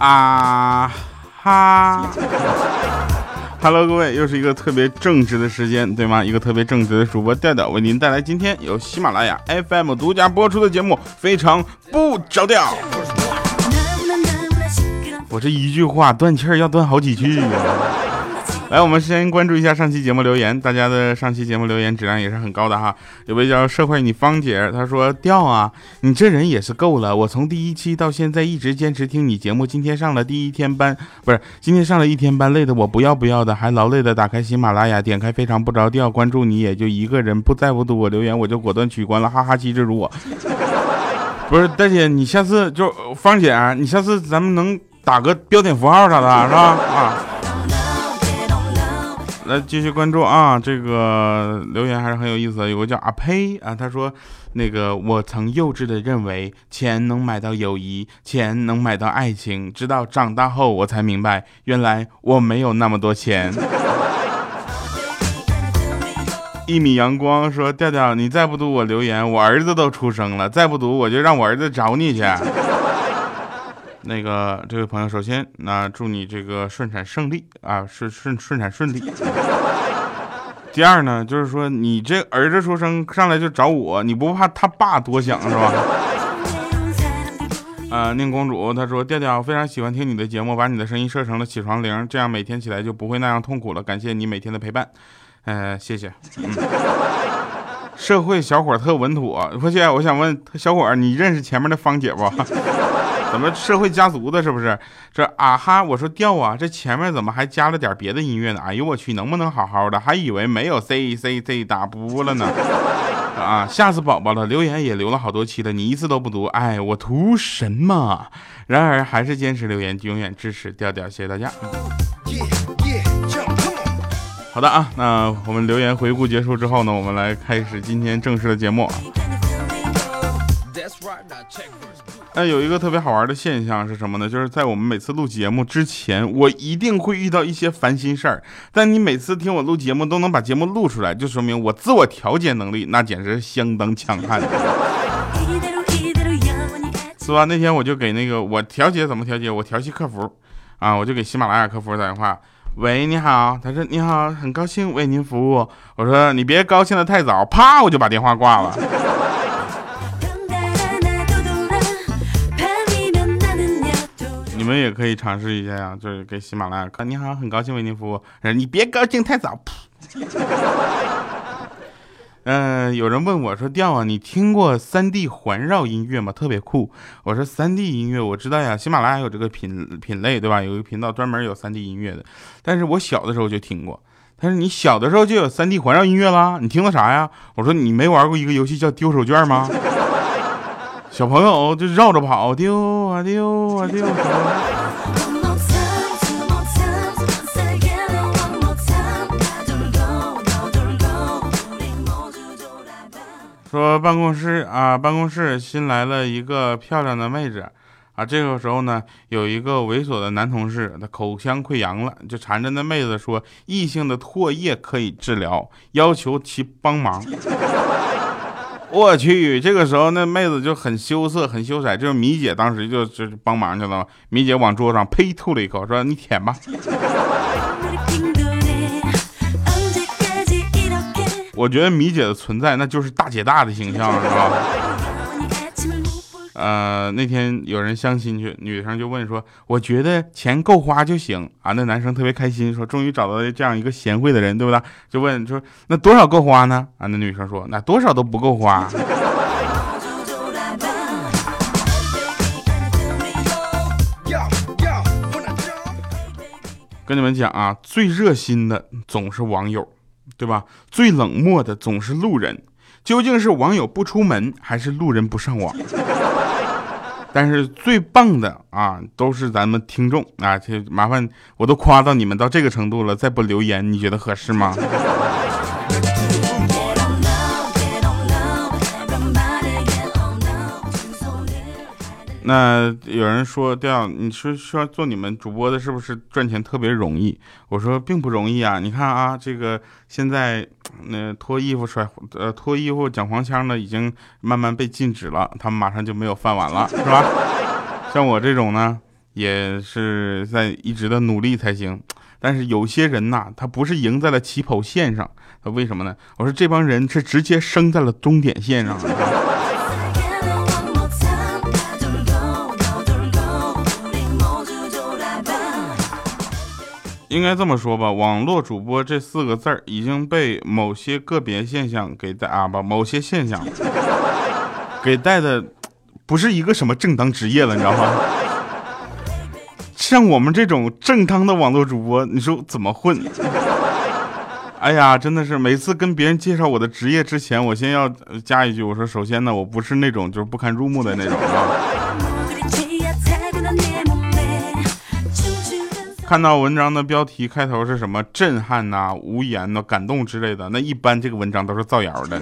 啊哈。Hello， 各位，又是一个特别正直的时间，对吗？一个特别正直的主播调调为您带来今天由喜马拉雅 FM 独家播出的节目《非常不着调》。我这一句话断气儿要断好几句啊！来，我们先关注一下上期节目留言，大家的上期节目留言质量也是很高的哈。有位叫社会你芳姐，她说：调啊，你这人也是够了，我从第一期到现在一直坚持听你节目，今天上了第一天班，不是今天上了一天班，累的我不要的，还劳累的打开喜马拉雅，点开非常不着调，关注你也就一个人，不在乎我留言我就果断取关了，哈哈，机智如我。不是大姐，你下次就芳姐，你下次咱们能打个标点符号啥的，是吧？啊。来继续关注啊，这个留言还是很有意思的。有个叫阿呸啊，他说那个我曾幼稚的认为钱能买到友谊，钱能买到爱情，直到长大后我才明白，原来我没有那么多钱。一米阳光说，调调你再不读我留言，我儿子都出生了，再不读我就让我儿子找你去。那个这位朋友，首先祝你这个顺产胜利啊，顺产顺利。第二呢，就是说你这儿子出生上来就找我，你不怕他爸多想是吧？宁公主她说，调调非常喜欢听你的节目，把你的声音设成了起床铃，这样每天起来就不会那样痛苦了，感谢你每天的陪伴。谢谢。社会小伙特稳妥，而且我想问小伙，你认识前面的芳姐不？怎么社会家族的，是不是？这啊哈，我说调啊，这前面怎么还加了点别的音乐呢？哎呦我去，能不能好好的？还以为没有 C 打不了呢。啊，吓死宝宝了！留言也留了好多期了，你一次都不读，哎，我图什么？然而还是坚持留言，永远支持调调，谢谢大家。好的啊，那我们留言回顾结束之后呢，我们来开始今天正式的节目。有一个特别好玩的现象是什么呢？就是在我们每次录节目之前，我一定会遇到一些烦心事儿，但你每次听我录节目都能把节目录出来，就说明我自我调节能力那简直相当强悍，是吧？那天我就给那个我调节怎么调节，我调戏客服啊，我就给喜马拉雅客服打电话，喂，你好，他说你好，很高兴为您服务。我说你别高兴得太早，啪我就把电话挂了。你们也可以尝试一下呀，就是给喜马拉雅你好，很高兴为您服务。你别高兴太早。有人问我说，调啊，你听过3D 环绕音乐吗？特别酷。我说3D 音乐我知道呀，喜马拉雅有这个品类，对吧？有一个频道专门有3D 音乐的。但是我小的时候就听过。他说你小的时候就有3D 环绕音乐啦？你听的啥呀？我说你没玩过一个游戏叫丢手绢吗？小朋友就绕着跑，丢啊丢啊丢。说办公室新来了一个漂亮的妹子啊，这个时候呢，有一个猥琐的男同事，他口腔溃疡了，就缠着那妹子说，异性的唾液可以治疗，要求其帮忙。我去，这个时候那妹子就很羞涩很羞涩，就是米姐当时就是帮忙去了，米姐往桌上呸吐了一口，说你舔吧。我觉得米姐的存在那就是大姐大的形象，是吧？那天有人相亲去，女生就问说，我觉得钱够花就行啊。那男生特别开心，说终于找到这样一个贤惠的人，对不对？就问说那多少够花呢？啊，那女生说那多少都不够花。跟你们讲啊，最热心的总是网友，对吧？最冷漠的总是路人。究竟是网友不出门，还是路人不上网？但是最棒的啊，都是咱们听众啊！这麻烦我都夸到你们到这个程度了，再不留言，你觉得合适吗？那有人说你说做你们主播的是不是赚钱特别容易？我说并不容易啊！你看啊，这个现在脱衣服讲黄腔的已经慢慢被禁止了，他们马上就没有饭碗了，是吧？像我这种呢， 也是在一直的努力才行。但是有些人呐，他不是赢在了起跑线上，他为什么呢？我说这帮人是直接升在了终点线上。应该这么说吧，网络主播这4个字已经被某些个别现象给带某些现象给带的不是一个什么正当职业了，你知道吗？像我们这种正当的网络主播，你说怎么混？哎呀，真的是每次跟别人介绍我的职业之前，我先要加一句，我说首先呢，我不是那种就是不堪入目的那种啊。看到文章的标题开头是什么震撼呐、无言呐、感动之类的，那一般这个文章都是造谣的。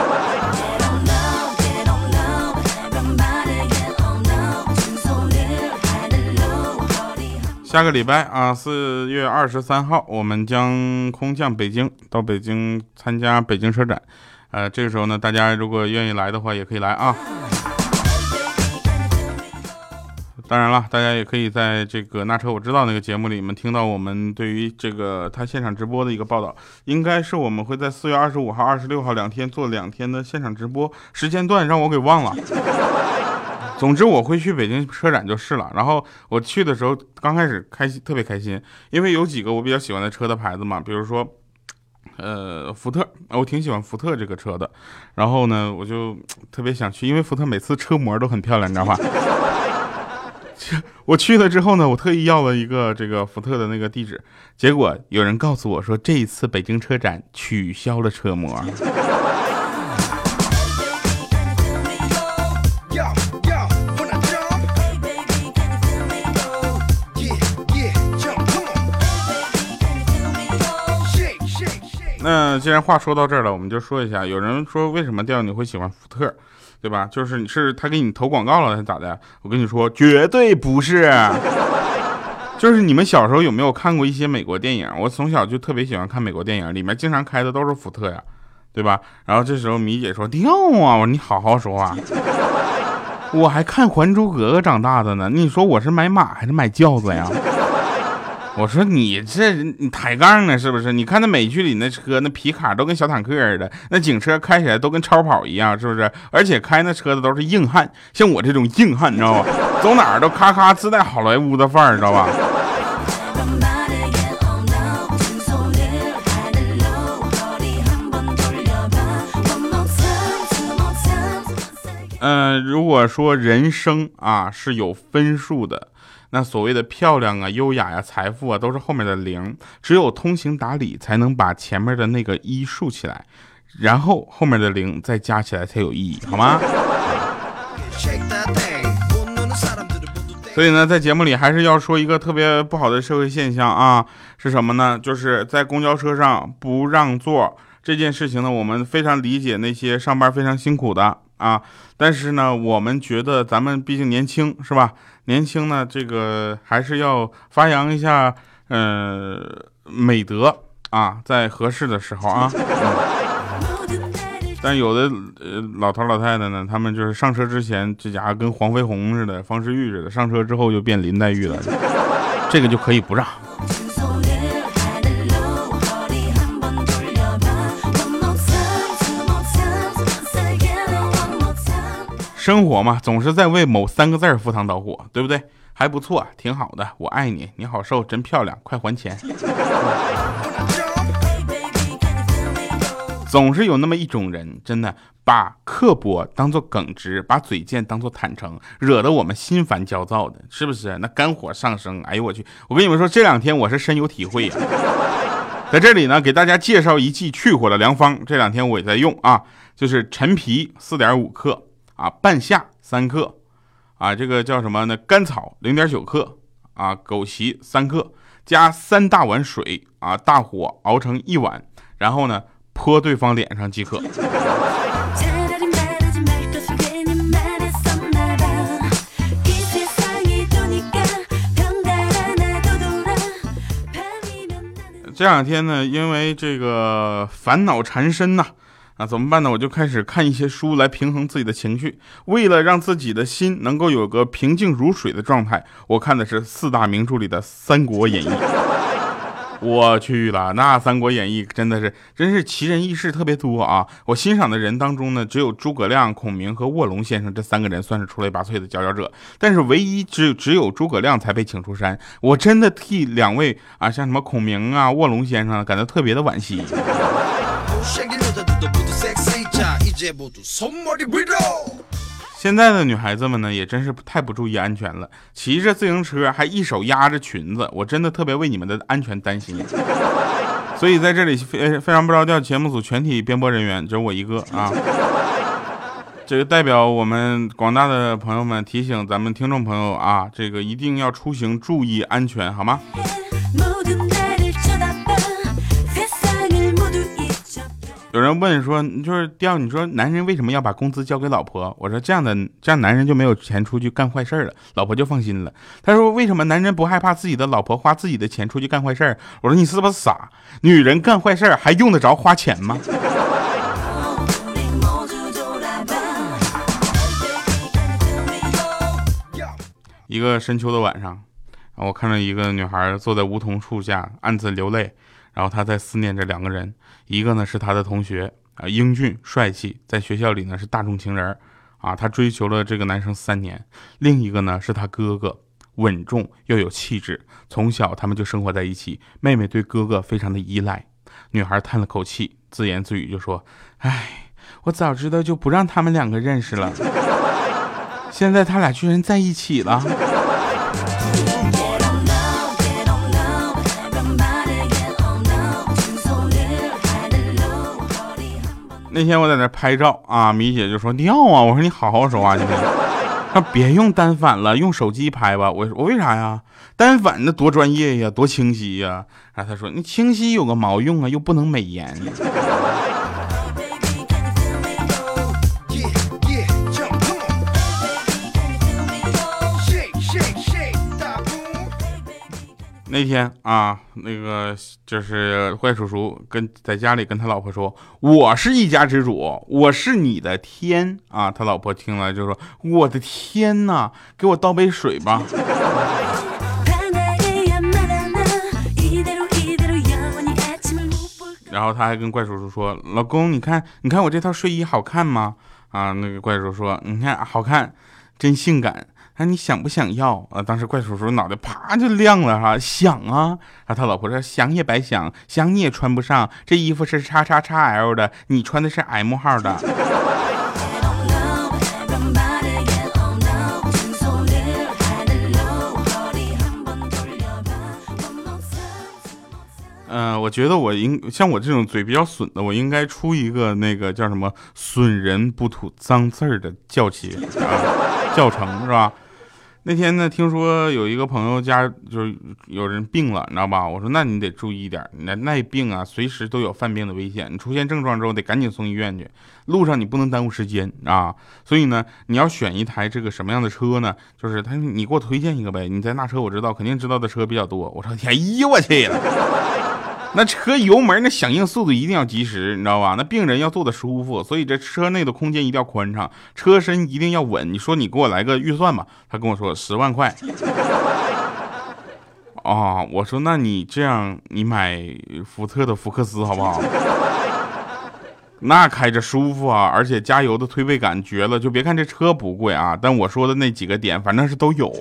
下个礼拜啊，4月23号，我们将空降北京，到北京参加北京车展。这个时候呢，大家如果愿意来的话，也可以来啊。当然了，大家也可以在这个那车我知道那个节目里面听到我们对于这个他现场直播的一个报道，应该是我们会在4月25号、26号2天做2天的现场直播，时间段让我给忘了。总之我会去北京车展就是了。然后我去的时候刚开始特别开心，因为有几个我比较喜欢的车的牌子嘛，比如说福特，我挺喜欢福特这个车的。然后呢，我就特别想去，因为福特每次车模都很漂亮，你知道吧？我去了之后呢，我特意要了一个这个福特的那个地址，结果有人告诉我说，这一次北京车展取消了车模。那既然话说到这儿了，我们就说一下，有人说为什么调你会喜欢福特，对吧？就是你是他给你投广告了还是咋的？我跟你说，绝对不是。就是你们小时候有没有看过一些美国电影？我从小就特别喜欢看美国电影，里面经常开的都是福特呀，对吧？然后这时候米姐说调啊，我说你好好说话。我还看《还珠格格》长大的呢，你说我是买马还是买轿子呀？我说你抬杠呢是不是？你看那美剧里那车，那皮卡都跟小坦克似的，那警车开起来都跟超跑一样，是不是？而且开那车的都是硬汉，像我这种硬汉，你知道吧？走哪儿都咔咔自带好莱坞的范儿，知道吧？如果说人生啊是有分数的，那所谓的漂亮啊、优雅呀、财富啊，都是后面的0，只有通情达理才能把前面的那个1竖起来，然后后面的0再加起来才有意义，好吗？所以呢，在节目里还是要说一个特别不好的社会现象啊，是什么呢？就是在公交车上不让座这件事情呢，我们非常理解那些上班非常辛苦的啊，但是呢，我们觉得咱们毕竟年轻，是吧？年轻呢，这个还是要发扬一下美德啊，在合适的时候啊。但有的老头老太太呢，他们就是上车之前这家伙跟黄飞鸿似的、方世玉似的，上车之后就变林黛玉了，这个就可以不让。生活嘛，总是在为某3个字赴汤蹈火，对不对？还不错，挺好的，我爱你，你好瘦，真漂亮，快还钱。总是有那么一种人，真的把刻薄当作耿直，把嘴贱当作坦诚，惹得我们心烦焦躁的，是不是？那肝火上升，哎呦我去！我跟你们说，这2天我是深有体会呀。在这里呢，给大家介绍一剂去火的良方，这2天我也在用啊，就是陈皮4.5克啊，半夏3克啊，这个叫什么呢？甘草0.9克啊，枸杞3克，加3大碗水啊，大火熬成1碗，然后呢泼对方脸上即可。这2天呢，因为这个烦恼缠身呐， 啊，怎么办呢？我就开始看一些书来平衡自己的情绪。为了让自己的心能够有个平静如水的状态，我看的是四大名著里的《三国演义》。我去了，那《三国演义》真是奇人异事特别多啊！我欣赏的人当中呢，只有诸葛亮、孔明和卧龙先生这3个人算是出类拔萃的佼佼者，但是唯一只有诸葛亮才被请出山。我真的替2位啊，像什么孔明啊、卧龙先生感到特别的惋惜。现在的女孩子们呢，也真是太不注意安全了，骑着自行车还一手压着裙子，我真的特别为你们的安全担心。所以在这里非常不着调，节目组全体编播人员只有我一个啊。这个代表我们广大的朋友们提醒咱们听众朋友啊，这个一定要出行注意安全，好吗？有人问说，就是调，你说男人为什么要把工资交给老婆？我说这样男人就没有钱出去干坏事了，老婆就放心了。他说为什么男人不害怕自己的老婆花自己的钱出去干坏事？我说你是不是傻？女人干坏事还用得着花钱吗？一个深秋的晚上，我看到一个女孩坐在梧桐树下暗自流泪，然后她在思念着2个人，一个呢是她的同学啊，英俊帅气，在学校里呢是大众情人啊，她追求了这个男生3年。另一个呢是她哥哥，稳重又有气质，从小他们就生活在一起，妹妹对哥哥非常的依赖。女孩叹了口气，自言自语就说：哎，我早知道就不让他们2个认识了，现在他俩居然在一起了。那天我在那拍照啊，米姐就说尿啊，我说你好好说话今天，她别用单反了，用手机拍吧。我为啥呀？单反那多专业呀，多清晰呀。然后她说你清晰有个毛用啊，又不能美颜。那天啊，那个就是怪叔叔在家里跟他老婆说，我是一家之主，我是你的天啊。他老婆听了就说，我的天哪，给我倒杯水吧。然后他还跟怪叔叔说，老公你看我这套睡衣好看吗？啊，那个怪叔叔说，你看好看，真性感。你想不想要啊？当时怪叔叔脑袋啪就亮了哈，想啊！他老婆说想也白想，想你也穿不上，这衣服是XXXL 的，你穿的是 M 号的。我觉得像我这种嘴比较损的，我应该出一个那个叫什么损人不吐脏字儿的教程是吧？那天呢，听说有一个朋友家就是有人病了，你知道吧？我说那你得注意一点，那病啊，随时都有犯病的危险。你出现症状之后得赶紧送医院去，路上你不能耽误时间啊。所以呢，你要选一台这个什么样的车呢？就是你给我推荐一个呗。你在那车我知道，肯定知道的车比较多。我说哎呦我去了。那车油门那响应速度一定要及时，你知道吧？那病人要坐的舒服，所以这车内的空间一定要宽敞，车身一定要稳。你说你给我来个预算吧，他跟我说10万块。啊，我说那你这样，你买福特的福克斯好不好？那开着舒服啊，而且加油的推背感绝了。就别看这车不贵啊，但我说的那几个点反正是都有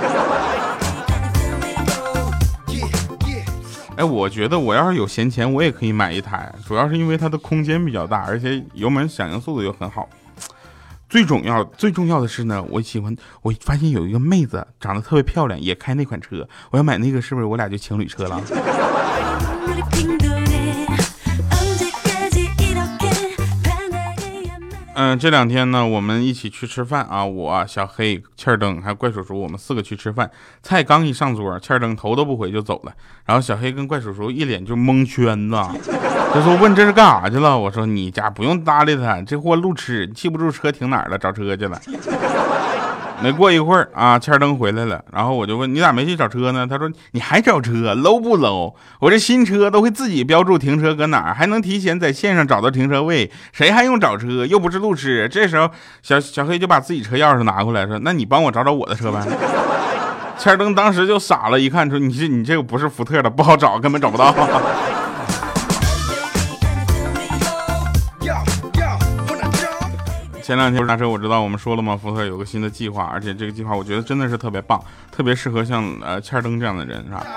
我觉得我要是有闲钱，我也可以买一台，主要是因为它的空间比较大，而且油门响应速度又很好。最重要的是呢，我发现有一个妹子长得特别漂亮，也开那款车，我要买那个，是不是我俩就情侣车了？这2天呢，我们一起去吃饭啊，我小黑、欠儿灯还有怪叔叔，我们4个去吃饭。菜刚一上桌，欠儿灯头都不回就走了，然后小黑跟怪叔叔一脸就蒙圈子，就说问这是干啥去了？我说你家不用搭理他，这货路痴，记不住车停哪儿了，找车去了。 没过一会儿啊，欠灯回来了，然后我就问你咋没去找车呢？他说你还找车 low 不 low？ 我这新车都会自己标注停车搁哪儿，还能提前在线上找到停车位，谁还用找车？又不是路痴。这时候小黑就把自己车钥匙拿过来说，那你帮我找找我的车呗。欠灯当时就傻了，一看说你这个不是福特的，不好找，根本找不到。前两天大车我知道我们说了吗？福特有个新的计划，而且这个计划我觉得真的是特别棒，特别适合像欠灯这样的人，是吧？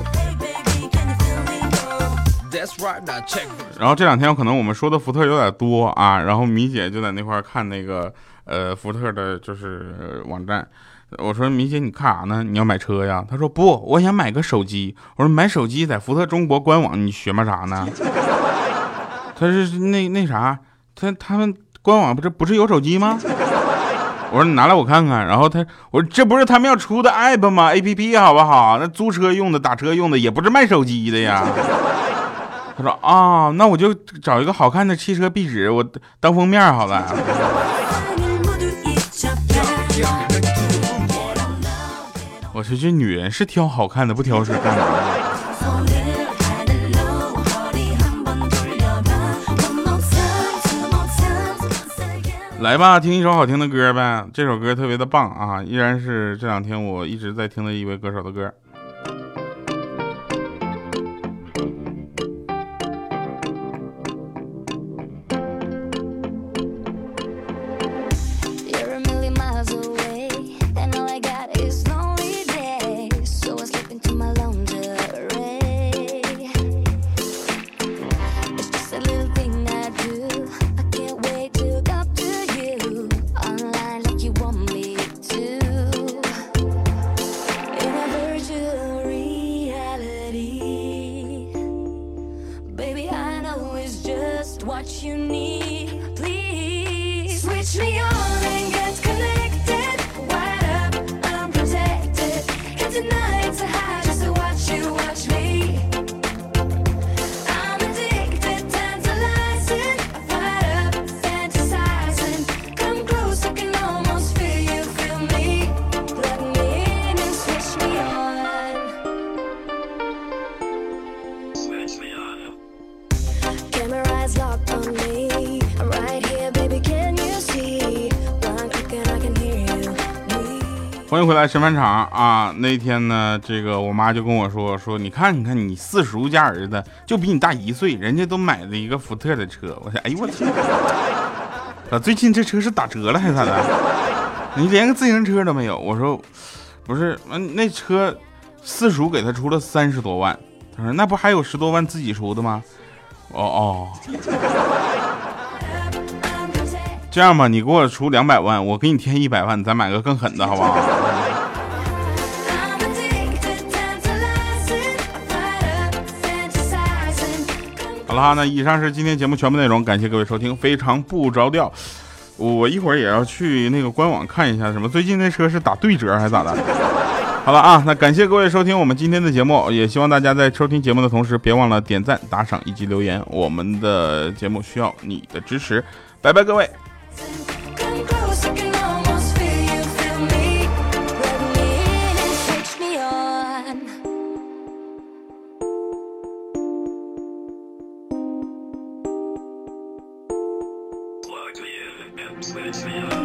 然后这两天可能我们说的福特有点多啊，然后米姐就在那块看那个福特的就是网站。我说米姐你看啥呢？你要买车呀？她说不，我想买个手机。我说买手机在福特中国官网你学嘛啥呢？他是那啥，他们官网不是有手机吗？我说你拿来我看看。然后我说这不是他们要出的 app 吗 ？app 好不好？那租车用的、打车用的，也不是卖手机的呀。他说啊，那我就找一个好看的汽车壁纸，我当封面好了。我说这女人是挑好看的，不挑食干嘛的？来吧，听一首好听的歌呗。这首歌特别的棒啊，依然是这两天我一直在听的一位歌手的歌。 What you need, please switch me on and get connected. Wired up, I'm protected. And tonight's a high just to watch you watch me. I'm addicted, tantalizing. Fired up, fantasizing. Come close, I can almost feel you, feel me. Let me in and switch me on. Switch me on. Camera eyes locked on me. I'm right here, baby, can you see? One click and I can hear you. 欢迎回来神饭场啊！那天呢，这个我妈就跟我说，你看你四叔家儿子就比你大1岁，人家都买了一个福特的车。我说，哎呦我天，最近这车是打折了还是咋的？你连个自行车都没有。我说，不是，那车四叔给他出了30多万。他说，那不还有10多万自己出的吗？哦，这样吧，你给我出200万，我给你添100万，咱买个更狠的，好不好？好了哈，那以上是今天节目全部内容，感谢各位收听，非常不着调。我一会儿也要去那个官网看一下，什么最近那车是打对折还是咋的？好了啊，那感谢各位收听我们今天的节目，也希望大家在收听节目的同时，别忘了点赞、打赏以及留言，我们的节目需要你的支持，拜拜各位。Switch me on.